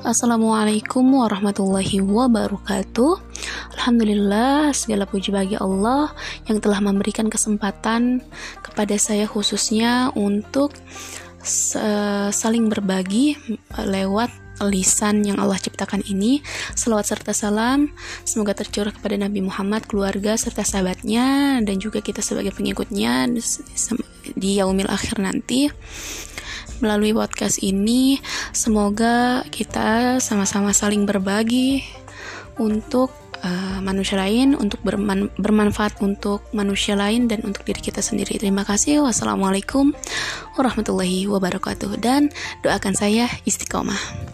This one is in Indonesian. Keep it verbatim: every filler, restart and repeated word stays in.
Assalamualaikum warahmatullahi wabarakatuh. Alhamdulillah, segala puji bagi Allah yang telah memberikan kesempatan kepada saya khususnya untuk uh, saling berbagi lewat lisan yang Allah ciptakan ini. Selawat serta salam semoga tercurah kepada Nabi Muhammad, keluarga serta sahabatnya, dan juga kita sebagai pengikutnya di yaumil akhir nanti. Melalui podcast ini, semoga kita sama-sama saling berbagi untuk uh, manusia lain, untuk berman- bermanfaat untuk manusia lain dan untuk diri kita sendiri. Terima kasih. Wassalamualaikum warahmatullahi wabarakatuh. Dan doakan saya istiqomah.